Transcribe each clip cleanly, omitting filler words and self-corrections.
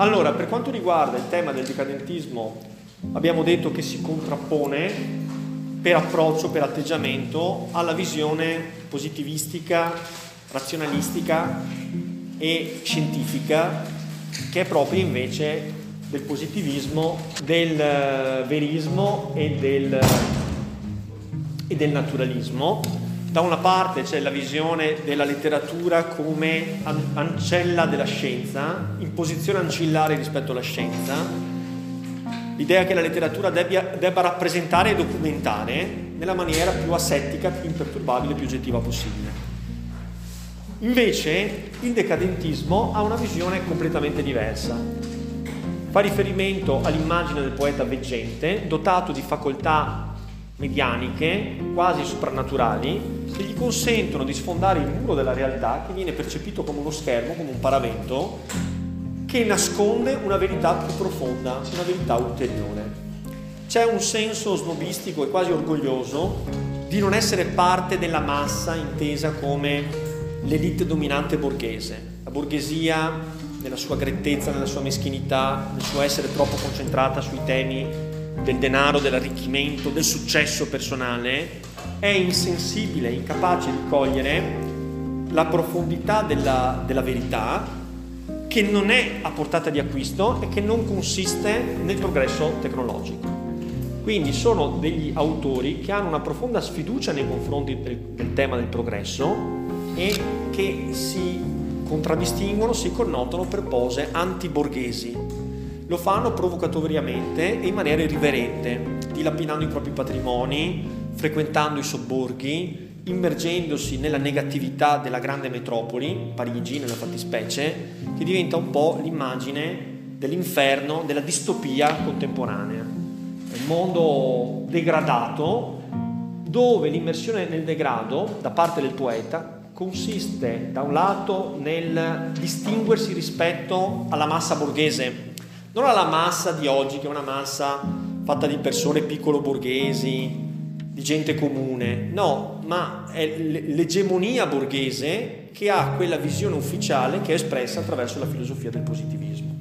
Allora, per quanto riguarda il tema del decadentismo, abbiamo detto che si contrappone per approccio, per atteggiamento, alla visione positivistica, razionalistica e scientifica, che è propria invece del positivismo, del verismo e del naturalismo. Da una parte c'è la visione della letteratura come ancella della scienza, in posizione ancillare rispetto alla scienza, l'idea che la letteratura debba rappresentare e documentare nella maniera più asettica, più imperturbabile, più oggettiva possibile. Invece il decadentismo ha una visione completamente diversa. Fa riferimento all'immagine del poeta veggente, dotato di facoltà medianiche, quasi soprannaturali, che gli consentono di sfondare il muro della realtà, che viene percepito come uno schermo, come un paravento, che nasconde una verità più profonda, una verità ulteriore. C'è un senso snobistico e quasi orgoglioso di non essere parte della massa intesa come l'elite dominante borghese. La borghesia, nella sua grettezza, nella sua meschinità, nel suo essere troppo concentrata sui temi del denaro, dell'arricchimento, del successo personale, è insensibile, incapace di cogliere la profondità della verità, che non è a portata di acquisto e che non consiste nel progresso tecnologico. Quindi sono degli autori che hanno una profonda sfiducia nei confronti del tema del progresso e che si contraddistinguono, si connotano per pose antiborghesi. Lo fanno provocatoriamente e in maniera irriverente, dilapidando i propri patrimoni, frequentando i sobborghi, immergendosi nella negatività della grande metropoli, Parigi nella fattispecie, che diventa un po' l'immagine dell'inferno, della distopia contemporanea. È un mondo degradato, dove l'immersione nel degrado da parte del poeta consiste da un lato nel distinguersi rispetto alla massa borghese, non alla massa di oggi, che è una massa fatta di persone piccolo borghesi, di gente comune, no, ma è l'egemonia borghese che ha quella visione ufficiale che è espressa attraverso la filosofia del positivismo.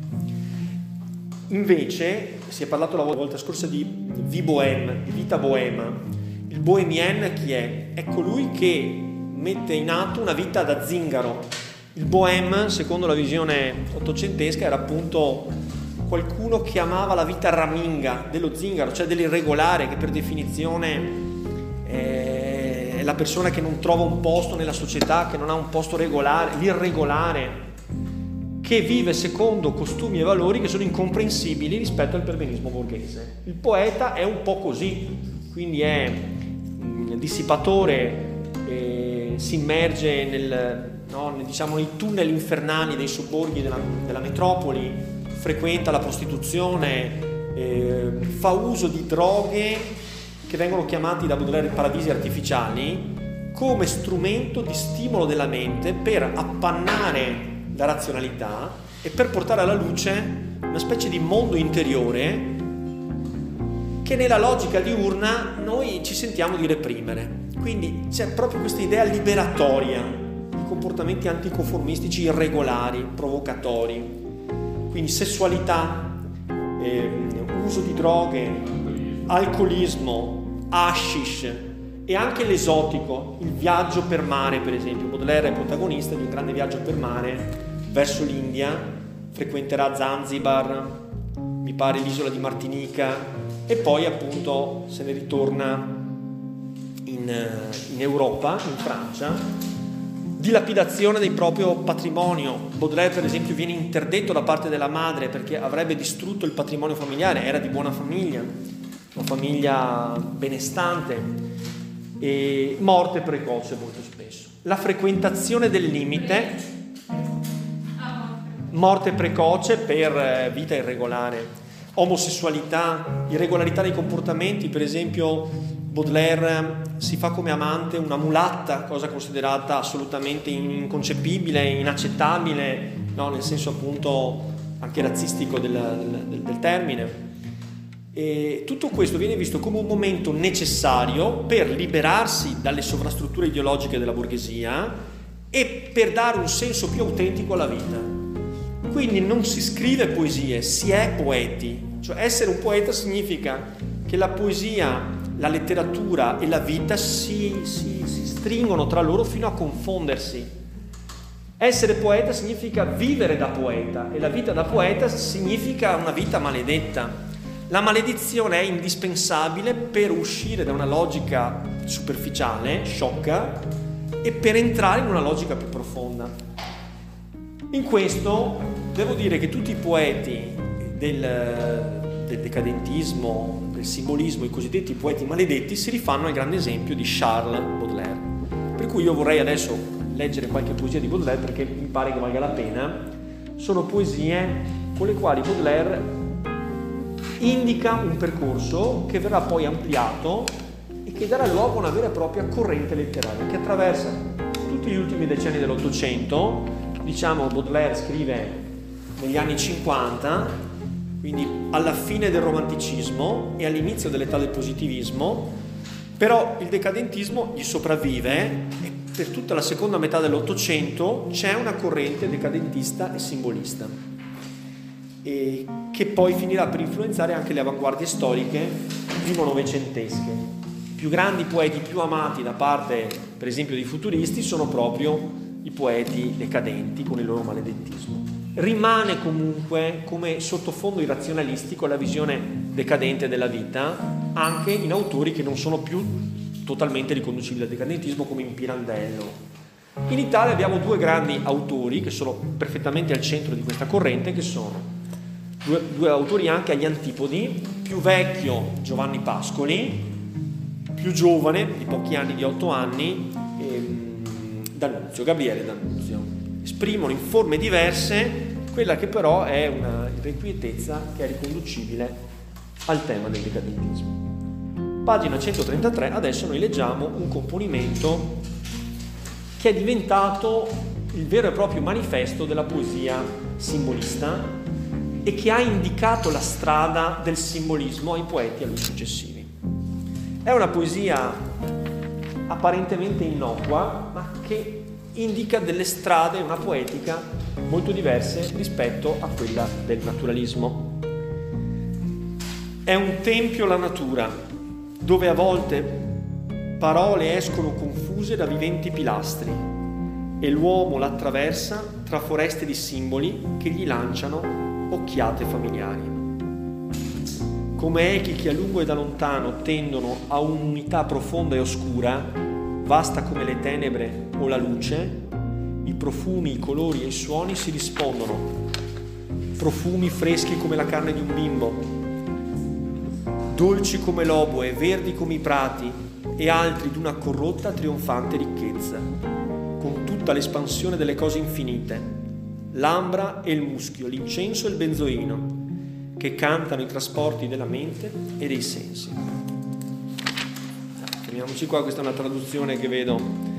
Invece si è parlato la volta scorsa di vie bohème, di vita boema. Il bohemien chi è? È colui che mette in atto una vita da zingaro. Il bohème, secondo la visione ottocentesca, era appunto qualcuno che amava la vita raminga dello zingaro, cioè dell'irregolare, che per definizione è la persona che non trova un posto nella società, che non ha un posto regolare, l'irregolare, che vive secondo costumi e valori che sono incomprensibili rispetto al perbenismo borghese. Il poeta è un po' così, quindi è dissipatore, si immerge nei tunnel infernali dei sobborghi della metropoli, frequenta la prostituzione, fa uso di droghe che vengono chiamati da Baudelaire paradisi artificiali, come strumento di stimolo della mente per appannare la razionalità e per portare alla luce una specie di mondo interiore che nella logica diurna noi ci sentiamo di reprimere. Quindi c'è proprio questa idea liberatoria di comportamenti anticonformistici irregolari, provocatori. Quindi sessualità, uso di droghe, alcolismo, hashish e anche l'esotico, il viaggio per mare per esempio. Baudelaire è protagonista di un grande viaggio per mare verso l'India, frequenterà Zanzibar, mi pare l'isola di Martinica, e poi appunto se ne ritorna in Europa, in Francia. Dilapidazione del proprio patrimonio. Baudelaire per esempio viene interdetto da parte della madre perché avrebbe distrutto il patrimonio familiare, era di buona famiglia, una famiglia benestante, e morte precoce molto spesso. La frequentazione del limite, morte precoce per vita irregolare, omosessualità, irregolarità dei comportamenti. Per esempio Baudelaire si fa come amante una mulatta, cosa considerata assolutamente inconcepibile, inaccettabile, no? Nel senso appunto anche razzistico del termine. E tutto questo viene visto come un momento necessario per liberarsi dalle sovrastrutture ideologiche della borghesia e per dare un senso più autentico alla vita. Quindi non si scrive poesie, si è poeti. Cioè essere un poeta significa che la poesia, la letteratura e la vita si stringono tra loro fino a confondersi. Essere poeta significa vivere da poeta, e la vita da poeta significa una vita maledetta. La maledizione è indispensabile per uscire da una logica superficiale, sciocca, e per entrare in una logica più profonda. In questo devo dire che tutti i poeti del decadentismo, del simbolismo, i cosiddetti poeti maledetti, si rifanno al grande esempio di Charles Baudelaire. Per cui io vorrei adesso leggere qualche poesia di Baudelaire, perché mi pare che valga la pena. Sono poesie con le quali Baudelaire indica un percorso che verrà poi ampliato e che darà luogo a una vera e propria corrente letteraria che attraversa tutti gli ultimi decenni dell'Ottocento. Diciamo, Baudelaire scrive negli anni 50, quindi alla fine del romanticismo e all'inizio dell'età del positivismo, però il decadentismo gli sopravvive e per tutta la seconda metà dell'Ottocento c'è una corrente decadentista e simbolista, e che poi finirà per influenzare anche le avanguardie storiche primo-novecentesche. I più grandi poeti, più amati da parte, per esempio, dei futuristi sono proprio i poeti decadenti con il loro maledettismo. Rimane comunque come sottofondo irrazionalistico la visione decadente della vita anche in autori che non sono più totalmente riconducibili al decadentismo, come in Pirandello. In Italia abbiamo due grandi autori che sono perfettamente al centro di questa corrente, che sono due autori anche agli antipodi: più vecchio Giovanni Pascoli, più giovane, di pochi anni, di 8 anni, D'Annunzio, Gabriele D'Annunzio. Esprimono in forme diverse quella che però è una irrequietezza che è riconducibile al tema del decadentismo. Pagina 133, adesso noi leggiamo un componimento che è diventato il vero e proprio manifesto della poesia simbolista e che ha indicato la strada del simbolismo ai poeti a lui successivi. È una poesia apparentemente innocua, ma che indica delle strade, una poetica molto diverse rispetto a quella del naturalismo. È un tempio la natura, dove a volte parole escono confuse da viventi pilastri e l'uomo l'attraversa tra foreste di simboli che gli lanciano occhiate familiari. Come echi che a lungo e da lontano tendono a un'unità profonda e oscura, vasta come le tenebre o la luce, i profumi, i colori e i suoni si rispondono. Profumi freschi come la carne di un bimbo, dolci come l'oboe, verdi come i prati e altri d'una corrotta trionfante ricchezza, con tutta l'espansione delle cose infinite, l'ambra e il muschio, l'incenso e il benzoino, che cantano i trasporti della mente e dei sensi. Fermiamoci qua, questa è una traduzione che vedo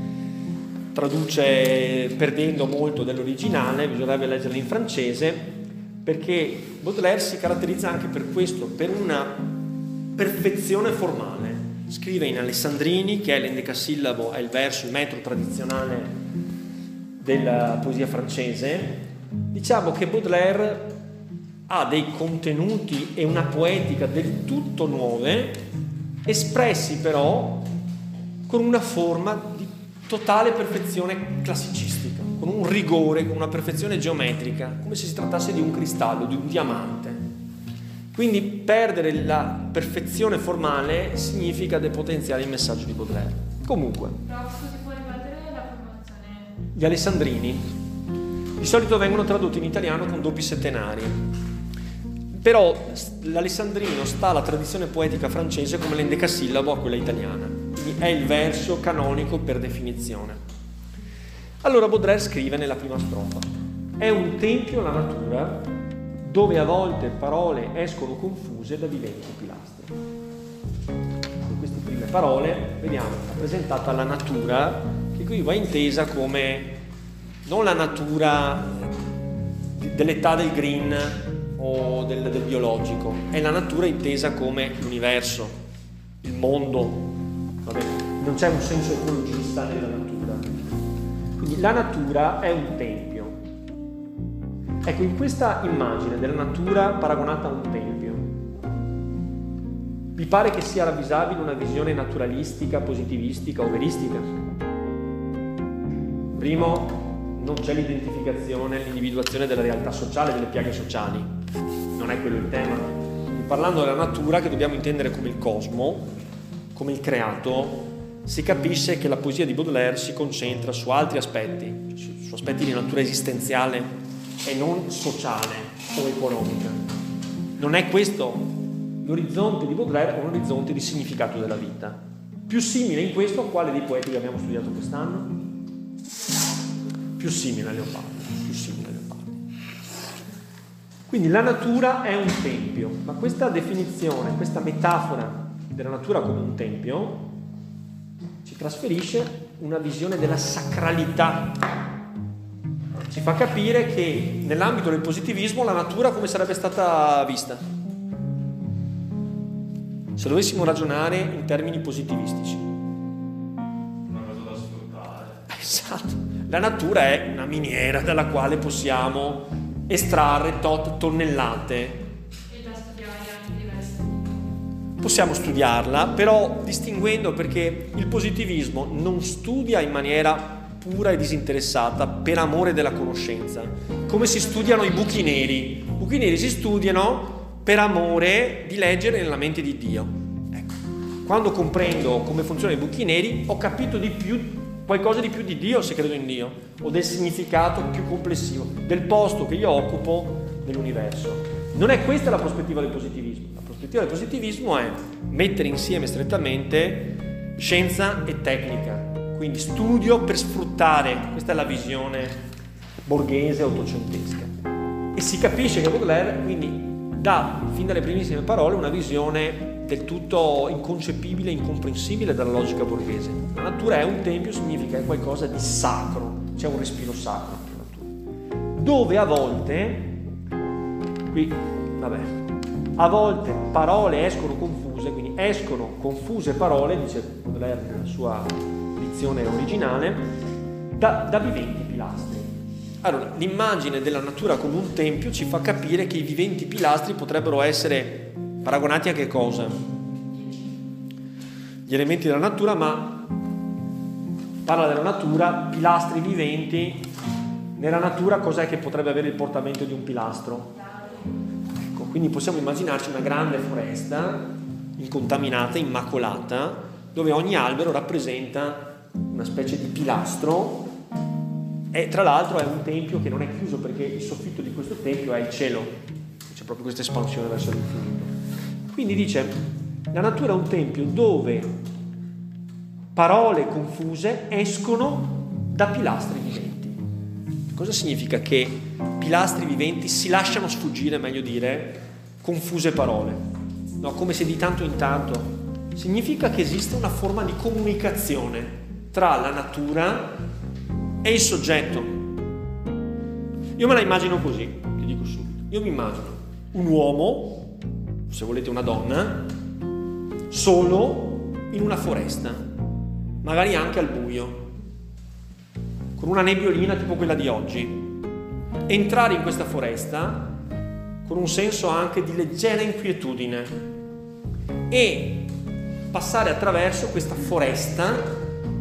traduce perdendo molto dell'originale, bisognerebbe leggerla in francese, perché Baudelaire si caratterizza anche per questo, per una perfezione formale. Scrive in alessandrini, che è l'endecasillabo, è il verso, il metro tradizionale della poesia francese. Diciamo che Baudelaire ha dei contenuti e una poetica del tutto nuove, espressi però con una forma di totale perfezione classicistica, con un rigore, con una perfezione geometrica, come se si trattasse di un cristallo, di un diamante. Quindi perdere la perfezione formale significa depotenziare il messaggio di Baudelaire. Comunque, si può ripetere la formazione? Gli alessandrini di solito vengono tradotti in italiano con doppi settenari, però l'alessandrino sta alla tradizione poetica francese come l'endecasillabo a quella italiana, quindi è il verso canonico per definizione. Allora Baudelaire scrive nella prima strofa: è un tempio la natura, dove a volte parole escono confuse da viventi pilastri. In queste prime parole vediamo rappresentata la natura, che qui va intesa come non la natura dell'età del green o del biologico, è la natura intesa come l'universo, il mondo. Vabbè, non c'è un senso ecologista nella natura. Quindi la natura è un tempio. Ecco, in questa immagine della natura paragonata a un tempio, vi pare che sia ravvisabile una visione naturalistica, positivistica o veristica? Primo, non c'è l'identificazione, l'individuazione della realtà sociale, delle piaghe sociali. Non è quello il tema. Parlando della natura, che dobbiamo intendere come il cosmo, come il creato, si capisce che la poesia di Baudelaire si concentra su altri aspetti, su aspetti di natura esistenziale e non sociale o economica. Non è questo l'orizzonte di Baudelaire, è un orizzonte di significato della vita. Più simile in questo a quale dei poeti che abbiamo studiato quest'anno? Più simile a Leopardi, più simile a Leopardi. Quindi la natura è un tempio, ma questa definizione, questa metafora della natura come un tempio ci trasferisce una visione della sacralità. Ci fa capire che nell'ambito del positivismo la natura come sarebbe stata vista? Se dovessimo ragionare in termini positivistici. Una cosa da sfruttare. Esatto. La natura è una miniera dalla quale possiamo estrarre tot tonnellate. E da studiare anche diversi. Possiamo studiarla, però distinguendo, perché il positivismo non studia in maniera pura e disinteressata per amore della conoscenza, come si studiano i buchi neri. I buchi neri si studiano per amore di leggere nella mente di Dio. Ecco, quando comprendo come funzionano i buchi neri, ho capito di più, qualcosa di più di Dio, se credo in Dio, o del significato più complessivo, del posto che io occupo nell'universo. Non è questa la prospettiva del positivismo. La prospettiva del positivismo è mettere insieme strettamente scienza e tecnica. Quindi studio per sfruttare, questa è la visione borghese ottocentesca. E si capisce che Baudelaire quindi dà, fin dalle primissime parole, una visione del tutto inconcepibile e incomprensibile dalla logica borghese. La natura è un tempio, significa è qualcosa di sacro, c'è un respiro sacro nella natura. Dove a volte, a volte parole escono confuse, quindi escono confuse parole, dice Baudelaire nella sua originale, da viventi pilastri. Allora, l'immagine della natura come un tempio ci fa capire che i viventi pilastri potrebbero essere paragonati a che cosa? Gli elementi della natura, ma parla della natura, pilastri viventi. Nella natura cos'è che potrebbe avere il portamento di un pilastro? Ecco, quindi possiamo immaginarci una grande foresta incontaminata, immacolata, dove ogni albero rappresenta una specie di pilastro, e tra l'altro è un tempio che non è chiuso, perché il soffitto di questo tempio è il cielo, c'è proprio questa espansione verso l'infinito. Quindi dice, la natura è un tempio dove parole confuse escono da pilastri viventi. Cosa significa che pilastri viventi si lasciano sfuggire, meglio dire, confuse parole? No, come se di tanto in tanto. Significa che esiste una forma di comunicazione tra la natura e il soggetto. Io me la immagino così, ti dico subito. Io mi immagino un uomo, se volete una donna, solo in una foresta, magari anche al buio, con una nebbiolina tipo quella di oggi. Entrare in questa foresta con un senso anche di leggera inquietudine e passare attraverso questa foresta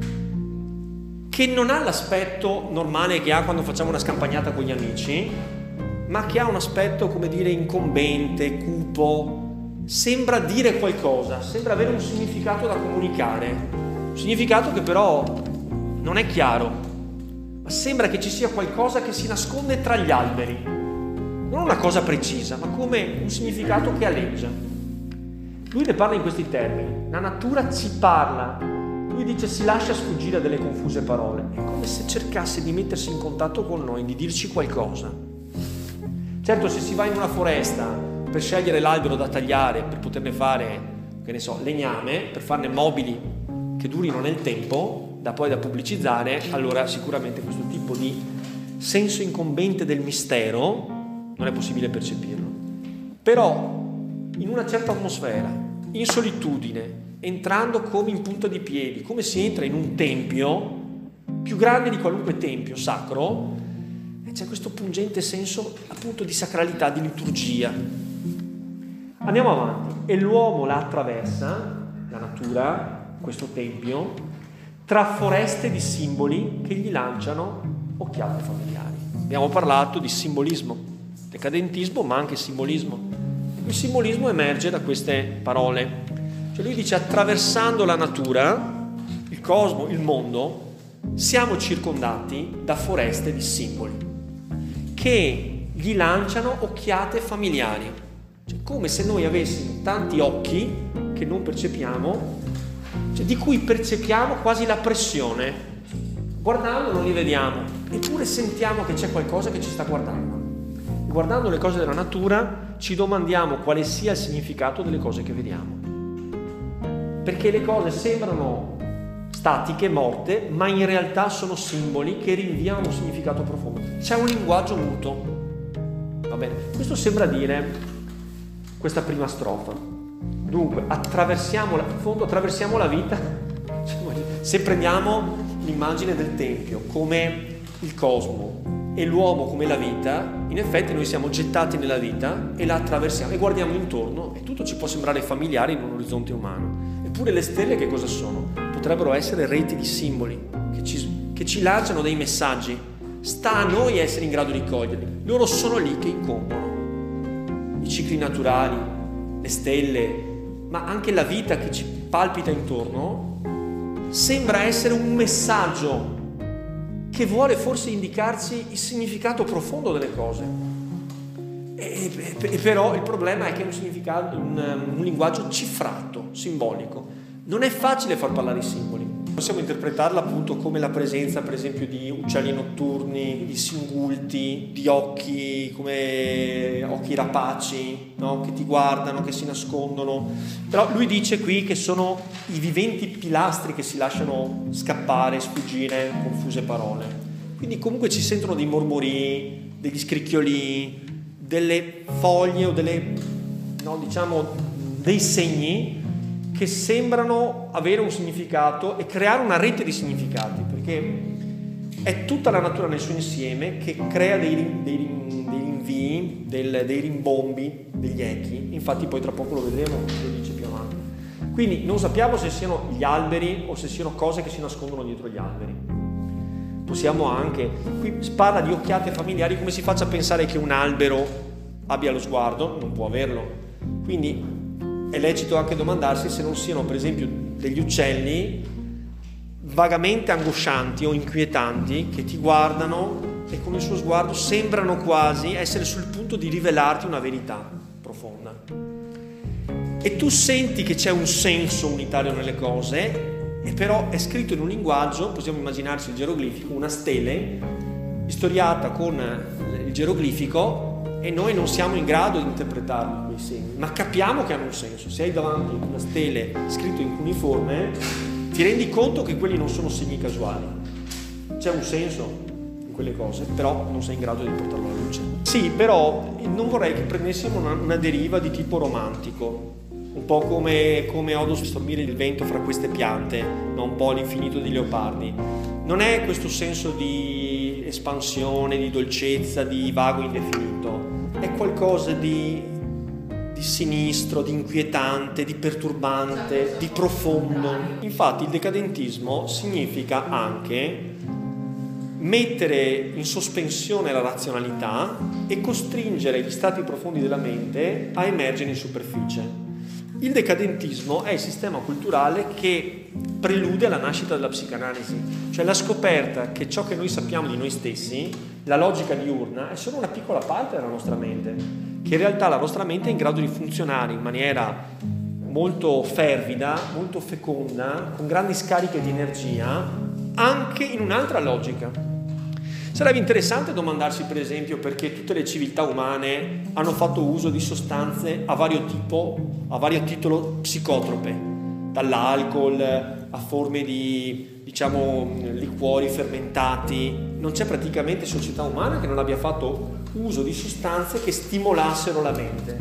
che non ha l'aspetto normale che ha quando facciamo una scampagnata con gli amici, ma che ha un aspetto, come dire, incombente, cupo. Sembra dire qualcosa, sembra avere un significato da comunicare, un significato che però non è chiaro, ma sembra che ci sia qualcosa che si nasconde tra gli alberi, non una cosa precisa, ma come un significato che aleggia. Lui ne parla in questi termini: la natura ci parla. Lui dice si lascia sfuggire delle confuse parole, è come se cercasse di mettersi in contatto con noi, di dirci qualcosa. Certo, se si va in una foresta per scegliere l'albero da tagliare, per poterne fare, che ne so, legname, per farne mobili che durino nel tempo, da poi da pubblicizzare, allora sicuramente questo tipo di senso incombente del mistero non è possibile percepirlo. Però in una certa atmosfera, in solitudine, entrando come in punta di piedi, come si entra in un tempio più grande di qualunque tempio sacro, E c'è questo pungente senso appunto di sacralità, di liturgia. Andiamo avanti. E l'uomo la attraversa, la natura, questo tempio, tra foreste di simboli che gli lanciano occhiate familiari. Abbiamo parlato di simbolismo, decadentismo, ma anche simbolismo. Il simbolismo emerge da queste parole. Cioè lui dice: attraversando la natura, il cosmo, il mondo, siamo circondati da foreste di simboli che gli lanciano occhiate familiari. Cioè, come se noi avessimo tanti occhi che non percepiamo, cioè, di cui percepiamo quasi la pressione. Guardando non li vediamo, eppure sentiamo che c'è qualcosa che ci sta guardando. E guardando le cose della natura ci domandiamo quale sia il significato delle cose che vediamo. Perché le cose sembrano statiche, morte, ma in realtà sono simboli che rinviano un significato profondo. C'è un linguaggio muto. Va bene? Questo sembra dire questa prima strofa. Dunque, attraversiamo la vita. Se prendiamo l'immagine del Tempio come il cosmo e l'uomo come la vita, in effetti noi siamo gettati nella vita e la attraversiamo e guardiamo intorno e tutto ci può sembrare familiare in un orizzonte umano. Eppure le stelle che cosa sono? Potrebbero essere reti di simboli che ci lanciano dei messaggi. Sta a noi essere in grado di coglierli. Loro sono lì che incombono. I cicli naturali, le stelle, ma anche la vita che ci palpita intorno, sembra essere un messaggio che vuole forse indicarci il significato profondo delle cose. E però il problema è che è un significato, un linguaggio cifrato, simbolico. Non è facile far parlare i simboli. Possiamo interpretarla appunto come la presenza, per esempio, di uccelli notturni, di singulti, di occhi come occhi rapaci, no? Che ti guardano, che si nascondono. Però lui dice qui che sono i viventi pilastri che si lasciano scappare, sfuggire confuse parole. Quindi comunque ci sentono dei mormorii, degli scricchiolii, delle foglie o dei segni che sembrano avere un significato e creare una rete di significati, perché è tutta la natura nel suo insieme che crea dei rinvii, dei rimbombi, degli echi. Infatti poi tra poco lo vedremo, lo dice più avanti. Quindi non sappiamo se siano gli alberi o se siano cose che si nascondono dietro gli alberi. Possiamo anche, qui parla di occhiate familiari, come si faccia a pensare che un albero abbia lo sguardo? Non può averlo. Quindi è lecito anche domandarsi se non siano, per esempio, degli uccelli vagamente angoscianti o inquietanti che ti guardano e con il suo sguardo sembrano quasi essere sul punto di rivelarti una verità profonda. E tu senti che c'è un senso unitario nelle cose, e però è scritto in un linguaggio, possiamo immaginarci il geroglifico, una stele istoriata con il geroglifico, e noi non siamo in grado di interpretarli quei segni, ma capiamo che hanno un senso. Se hai davanti una stele scritto in cuneiforme, ti rendi conto che quelli non sono segni casuali. C'è un senso in quelle cose, però non sei in grado di portarlo alla luce. Sì, però non vorrei che prendessimo una deriva di tipo romantico, un po' come odo stormire il vento fra queste piante, no? Un po' l'infinito di Leopardi. Non è questo senso di espansione, di dolcezza, di vago indefinito. È qualcosa di sinistro, di inquietante, di perturbante, di profondo. Infatti il decadentismo significa anche mettere in sospensione la razionalità e costringere gli stati profondi della mente a emergere in superficie. Il decadentismo è il sistema culturale che prelude alla nascita della psicanalisi, cioè la scoperta che ciò che noi sappiamo di noi stessi, la logica diurna, è solo una piccola parte della nostra mente, che in realtà la nostra mente è in grado di funzionare in maniera molto fervida, molto feconda, con grandi scariche di energia, anche in un'altra logica. Sarebbe interessante domandarsi, per esempio, perché tutte le civiltà umane hanno fatto uso di sostanze a vario titolo psicotrope, dall'alcol a forme di, liquori fermentati. Non c'è praticamente società umana che non abbia fatto uso di sostanze che stimolassero la mente.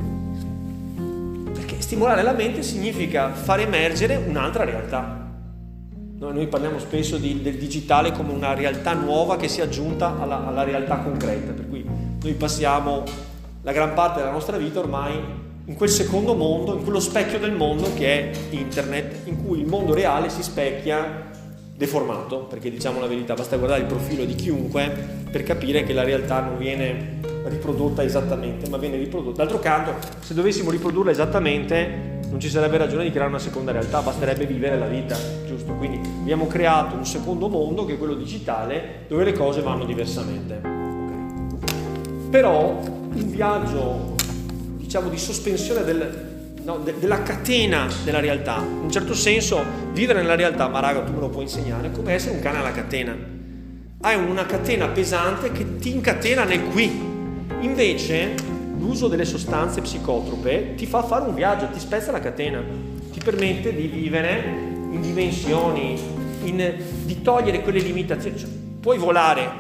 Perché stimolare la mente significa far emergere un'altra realtà. Noi parliamo spesso del digitale come una realtà nuova che si è aggiunta alla realtà concreta, per cui noi passiamo la gran parte della nostra vita ormai in quel secondo mondo, in quello specchio del mondo che è internet, in cui il mondo reale si specchia deformato, perché diciamo la verità, basta guardare il profilo di chiunque per capire che la realtà non viene riprodotta esattamente, ma viene riprodotta. D'altro canto, se dovessimo riprodurla esattamente, non ci sarebbe ragione di creare una seconda realtà, basterebbe vivere la vita, giusto? Quindi abbiamo creato un secondo mondo che è quello digitale, dove le cose vanno diversamente. Okay. Però un viaggio, diciamo, di sospensione della catena della realtà, in un certo senso vivere nella realtà, ma raga, tu me lo puoi insegnare, come essere un cane alla catena. Hai una catena pesante che ti incatena nel qui. Invece l'uso delle sostanze psicotrope ti fa fare un viaggio, ti spezza la catena, ti permette di vivere in dimensioni, di togliere quelle limitazioni. Cioè, puoi volare,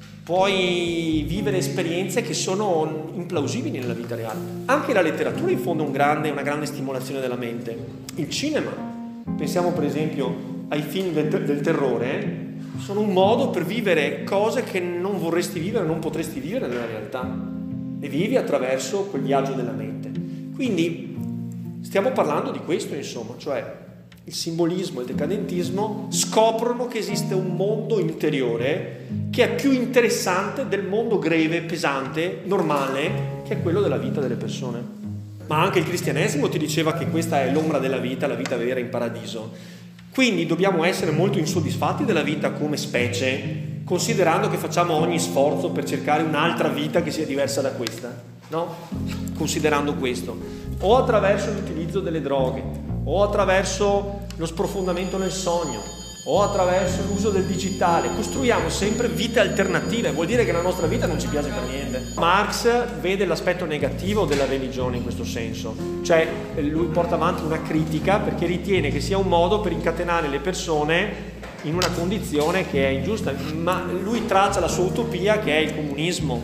puoi vivere esperienze che sono implausibili nella vita reale. Anche la letteratura in fondo è una grande stimolazione della mente. Il cinema, pensiamo per esempio ai film del terrore, sono un modo per vivere cose che non vorresti vivere, non potresti vivere nella realtà. Le vivi attraverso quel viaggio della mente. Quindi stiamo parlando di questo, insomma, cioè il simbolismo e il decadentismo scoprono che esiste un mondo interiore che è più interessante del mondo greve, pesante, normale, che è quello della vita delle persone. Ma anche il cristianesimo ti diceva che questa è l'ombra della vita, la vita vera in paradiso. Quindi dobbiamo essere molto insoddisfatti della vita come specie, considerando che facciamo ogni sforzo per cercare un'altra vita che sia diversa da questa, no? Considerando questo, o attraverso l'utilizzo delle droghe, o attraverso lo sprofondamento nel sogno, o attraverso l'uso del digitale, costruiamo sempre vite alternative. Vuol dire che la nostra vita non ci piace per niente. Marx vede l'aspetto negativo della religione in questo senso, cioè lui porta avanti una critica perché ritiene che sia un modo per incatenare le persone in una condizione che è ingiusta, ma lui traccia la sua utopia che è il comunismo.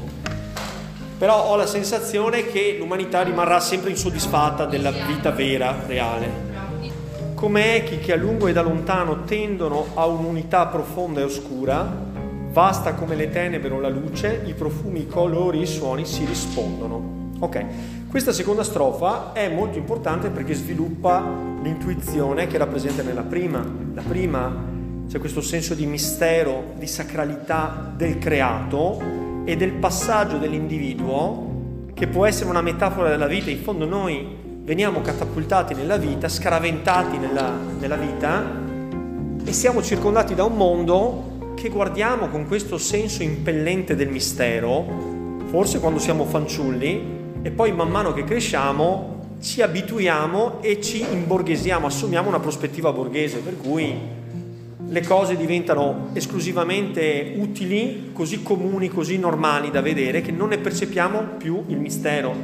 Però ho la sensazione che l'umanità rimarrà sempre insoddisfatta della vita vera, reale. Come echi che a lungo e da lontano tendono a un'unità profonda e oscura, vasta come le tenebre o la luce, i profumi, i colori, i suoni si rispondono. Ok, questa seconda strofa è molto importante perché sviluppa l'intuizione che era presente nella prima. La prima c'è questo senso di mistero, di sacralità del creato e del passaggio dell'individuo, che può essere una metafora della vita. In fondo noi veniamo catapultati nella vita, scaraventati nella vita, e siamo circondati da un mondo che guardiamo con questo senso impellente del mistero, forse quando siamo fanciulli, e poi man mano che cresciamo ci abituiamo e ci imborghesiamo, assumiamo una prospettiva borghese, per cui le cose diventano esclusivamente utili, così comuni, così normali da vedere, che non ne percepiamo più il mistero.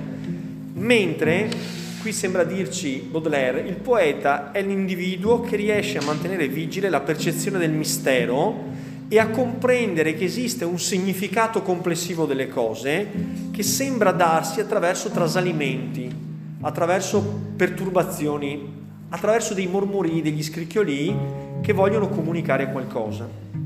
Mentre, qui sembra dirci Baudelaire, il poeta è l'individuo che riesce a mantenere vigile la percezione del mistero e a comprendere che esiste un significato complessivo delle cose che sembra darsi attraverso trasalimenti, attraverso perturbazioni, attraverso dei mormorii, degli scricchiolii che vogliono comunicare qualcosa.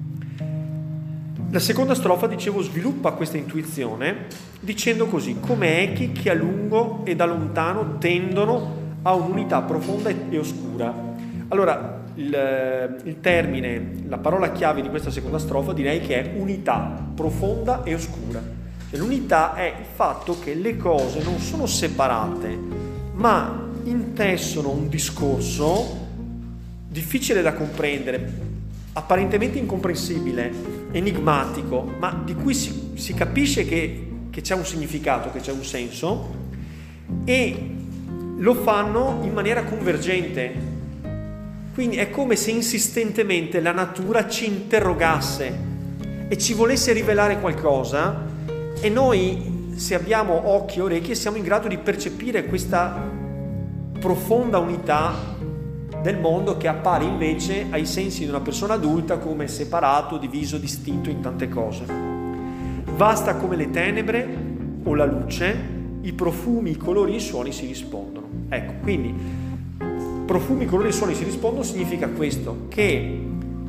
La seconda strofa, dicevo, sviluppa questa intuizione dicendo così: come echi che a lungo e da lontano tendono a un'unità profonda e oscura. Allora, il termine, la parola chiave di questa seconda strofa direi che è unità profonda e oscura. E l'unità è il fatto che le cose non sono separate, ma intessono un discorso difficile da comprendere, apparentemente incomprensibile, enigmatico, ma di cui si capisce che c'è un significato, che c'è un senso, e lo fanno in maniera convergente. Quindi è come se insistentemente la natura ci interrogasse e ci volesse rivelare qualcosa, e noi, se abbiamo occhi e orecchie, siamo in grado di percepire questa profonda unità del mondo che appare invece ai sensi di una persona adulta come separato, diviso, distinto in tante cose. Vasta come le tenebre o la luce, i profumi, i colori, i suoni si rispondono. Ecco, quindi profumi, colori e suoni si rispondono significa questo, che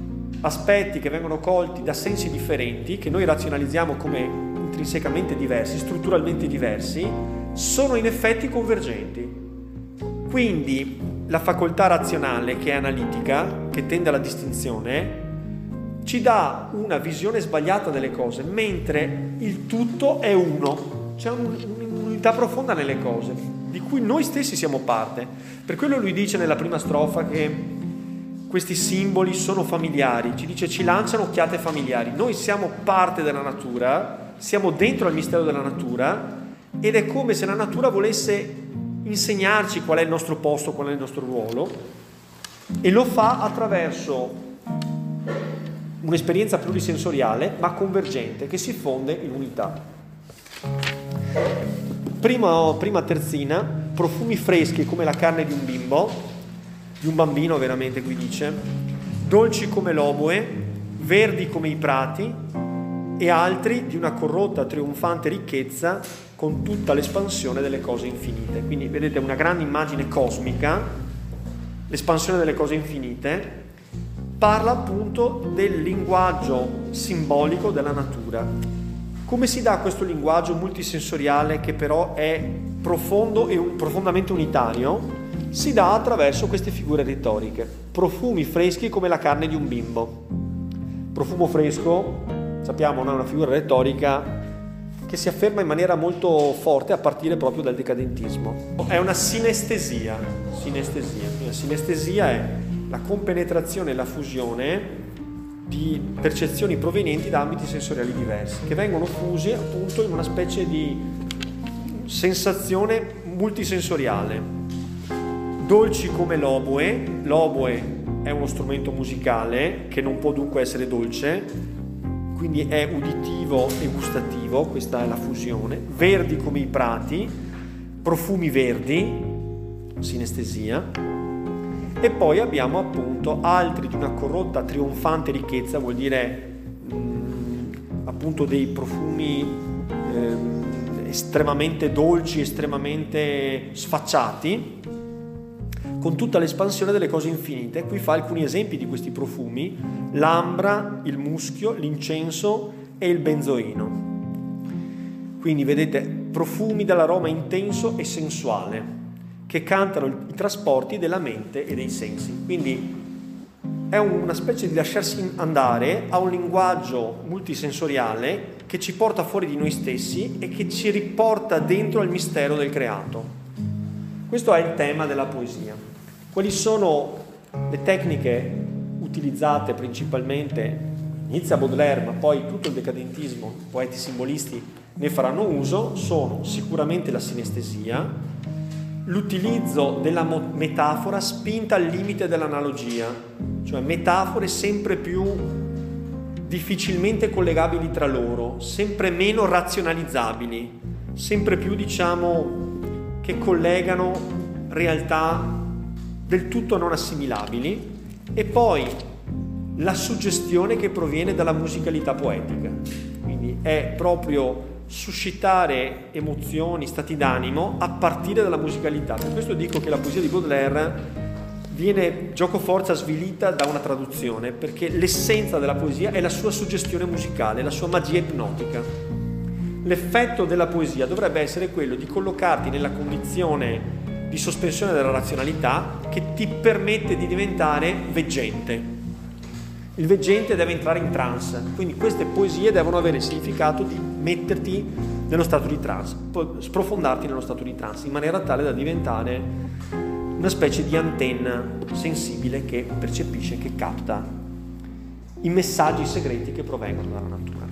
aspetti che vengono colti da sensi differenti, che noi razionalizziamo come intrinsecamente diversi, strutturalmente diversi, sono in effetti convergenti. Quindi la facoltà razionale, che è analitica, che tende alla distinzione, ci dà una visione sbagliata delle cose, mentre il tutto è uno. C'è un'unità profonda nelle cose, di cui noi stessi siamo parte. Per quello lui dice nella prima strofa che questi simboli sono familiari, ci dice ci lanciano occhiate familiari. Noi siamo parte della natura, siamo dentro al mistero della natura, ed è come se la natura volesse insegnarci qual è il nostro posto, qual è il nostro ruolo, e lo fa attraverso un'esperienza plurisensoriale ma convergente, che si fonde in unità. Prima terzina, profumi freschi come la carne di un bimbo, di un bambino veramente, qui dice, dolci come l'oboe, verdi come i prati, e altri di una corrotta trionfante ricchezza con tutta l'espansione delle cose infinite. Quindi vedete una grande immagine cosmica, l'espansione delle cose infinite, parla appunto del linguaggio simbolico della natura. Come si dà questo linguaggio multisensoriale, che però è profondo e profondamente unitario? Si dà attraverso queste figure retoriche. Profumi freschi come la carne di un bimbo. Profumo fresco, sappiamo, è una figura retorica che si afferma in maniera molto forte a partire proprio dal decadentismo. È una sinestesia. La sinestesia è la compenetrazione e la fusione di percezioni provenienti da ambiti sensoriali diversi, che vengono fusi appunto in una specie di sensazione multisensoriale. Dolci come l'oboe. L'oboe è uno strumento musicale che non può dunque essere dolce, quindi è uditivo e gustativo, questa è la fusione. Verdi come i prati, profumi verdi, sinestesia. E poi abbiamo appunto altri di una corrotta trionfante ricchezza, vuol dire appunto dei profumi estremamente dolci, estremamente sfacciati, con tutta l'espansione delle cose infinite. Qui fa alcuni esempi di questi profumi: l'ambra, il muschio, l'incenso e il benzoino. Quindi vedete profumi dall'aroma intenso e sensuale, che cantano i trasporti della mente e dei sensi. Quindi è una specie di lasciarsi andare a un linguaggio multisensoriale che ci porta fuori di noi stessi e che ci riporta dentro al mistero del creato. Questo è il tema della poesia. Quali sono le tecniche utilizzate principalmente? Inizia Baudelaire, ma poi tutto il decadentismo, i poeti simbolisti ne faranno uso. Sono sicuramente la sinestesia, l'utilizzo della metafora spinta al limite dell'analogia, cioè metafore sempre più difficilmente collegabili tra loro, sempre meno razionalizzabili, sempre più, diciamo, che collegano realtà del tutto non assimilabili, e poi la suggestione che proviene dalla musicalità poetica. Quindi è proprio suscitare emozioni, stati d'animo a partire dalla musicalità. Per questo dico che la poesia di Baudelaire viene giocoforza svilita da una traduzione, perché l'essenza della poesia è la sua suggestione musicale, la sua magia ipnotica. L'effetto della poesia dovrebbe essere quello di collocarti nella condizione di sospensione della razionalità che ti permette di diventare veggente. Il veggente deve entrare in trance, quindi queste poesie devono avere il significato di metterti nello stato di trance, sprofondarti nello stato di trance, in maniera tale da diventare una specie di antenna sensibile che percepisce, che capta i messaggi segreti che provengono dalla natura.